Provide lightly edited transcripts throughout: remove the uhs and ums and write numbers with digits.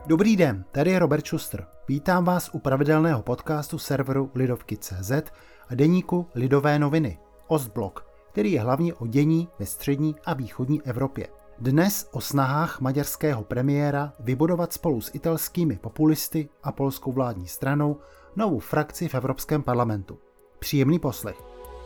Dobrý den, tady je Robert Schuster. Vítám vás u pravidelného podcastu serveru Lidovky.cz a deníku Lidové noviny, Ostblok, který je hlavně o dění ve střední a východní Evropě. Dnes o snahách maďarského premiéra vybudovat spolu s italskými populisty a polskou vládní stranou novou frakci v Evropském parlamentu. Příjemný poslech.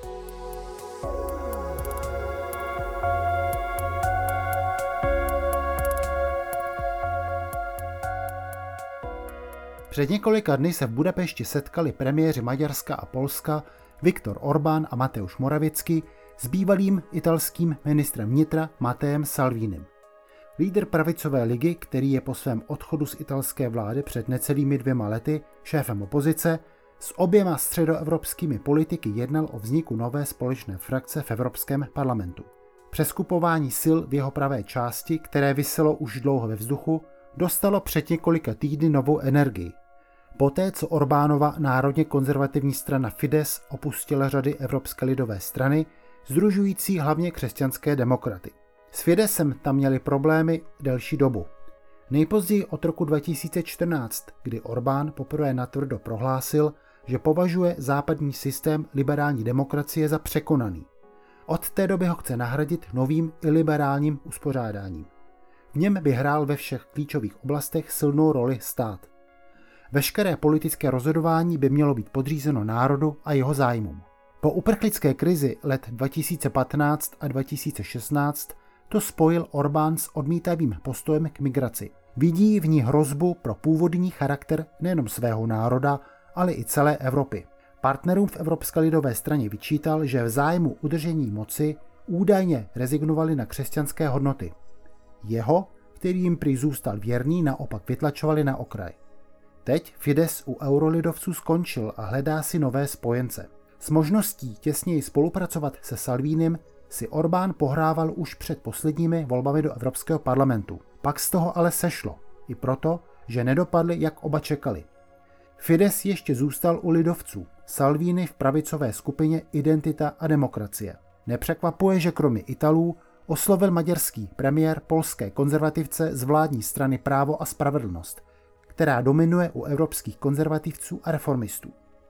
Před několika dny se v Budapešti setkali premiéři Maďarska a Polska Viktor Orbán a Mateusz Morawiecki s bývalým italským ministrem vnitra Matteem Salvinim. Lídr pravicové ligy, který je po svém odchodu z italské vlády před necelými 2 lety šéfem opozice, s oběma středoevropskými politiky jednal o vzniku nové společné frakce v Evropském parlamentu. Přeskupování sil v jeho pravé části, které viselo už dlouho ve vzduchu, dostalo před několika týdny novou energii. Poté, co Orbánova národně konzervativní strana Fidesz opustila řady Evropské lidové strany, sdružující hlavně křesťanské demokraty. S Fideszem tam měli problémy delší dobu. Nejpozději od roku 2014, kdy Orbán poprvé natvrdo prohlásil, že považuje západní systém liberální demokracie za překonaný. Od té doby ho chce nahradit novým iliberálním uspořádáním. V něm by hrál ve všech klíčových oblastech silnou roli stát. Veškeré politické rozhodování by mělo být podřízeno národu a jeho zájmům. Po uprchlické krizi let 2015 a 2016 to spojil Orbán s odmítavým postojem k migraci. Vidí v ní hrozbu pro původní charakter nejenom svého národa, ale i celé Evropy. Partnerům v Evropské lidové straně vyčítal, že v zájmu udržení moci údajně rezignovali na křesťanské hodnoty. Jeho, který jim prý zůstal věrný, naopak vytlačovali na okraj. Teď Fidesz u eurolidovců skončil a hledá si nové spojence. S možností těsněji spolupracovat se Salvinim si Orbán pohrával už před posledními volbami do Evropského parlamentu. Pak z toho ale sešlo, i proto, že nedopadly, jak oba čekali. Fidesz ještě zůstal u lidovců, Salvini v pravicové skupině Identita a demokracie. Nepřekvapuje, že kromě Italů oslovil maďarský premiér polské konzervativce z vládní strany Právo a spravedlnost, která dominuje u evropských konzervativců a reformistů.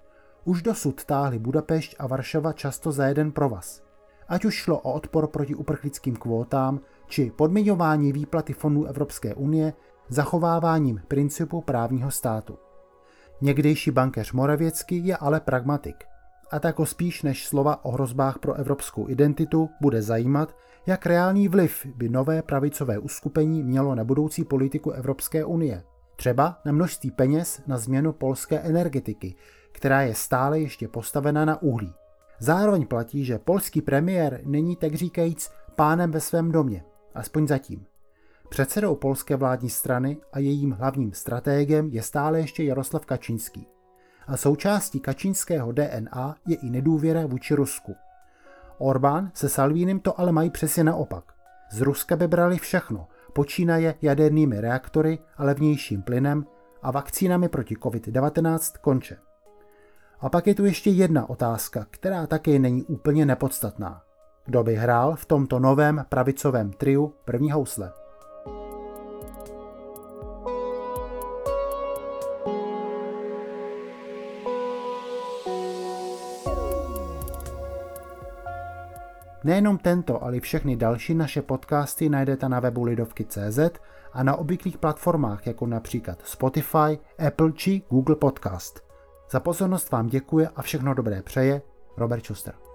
Už dosud táhli Budapešť a Varšava často za jeden provaz. Ať už šlo o odpor proti uprchlickým kvótám, či podmiňování výplaty fondů Evropské unie zachováváním principu právního státu. Někdejší bankéř Morawiecki je ale pragmatik. A tak ho spíš než slova o hrozbách pro evropskou identitu bude zajímat, jak reálný vliv by nové pravicové uskupení mělo na budoucí politiku Evropské unie. Třeba na množství peněz na změnu polské energetiky, která je stále ještě postavena na uhlí. Zároveň platí, že polský premiér není tak říkajíc pánem ve svém domě, aspoň zatím. Předsedou polské vládní strany a jejím hlavním stratégem je stále ještě Jaroslav Kačínský. A součástí kačínského DNA je i nedůvěra vůči Rusku. Orbán se Salvinim to ale mají přesně naopak. Z Ruska by brali všechno, počínaje jadernými reaktory a levnějším plynem a vakcínami proti COVID-19 konče. A pak je tu ještě jedna otázka, která taky není úplně nepodstatná. Kdo by hrál v tomto novém pravicovém triu první housle? Nejenom tento, ale i všechny další naše podcasty najdete na webu Lidovky.cz a na obvyklých platformách, jako například Spotify, Apple či Google Podcast. Za pozornost vám děkuje a všechno dobré přeje Robert Schuster.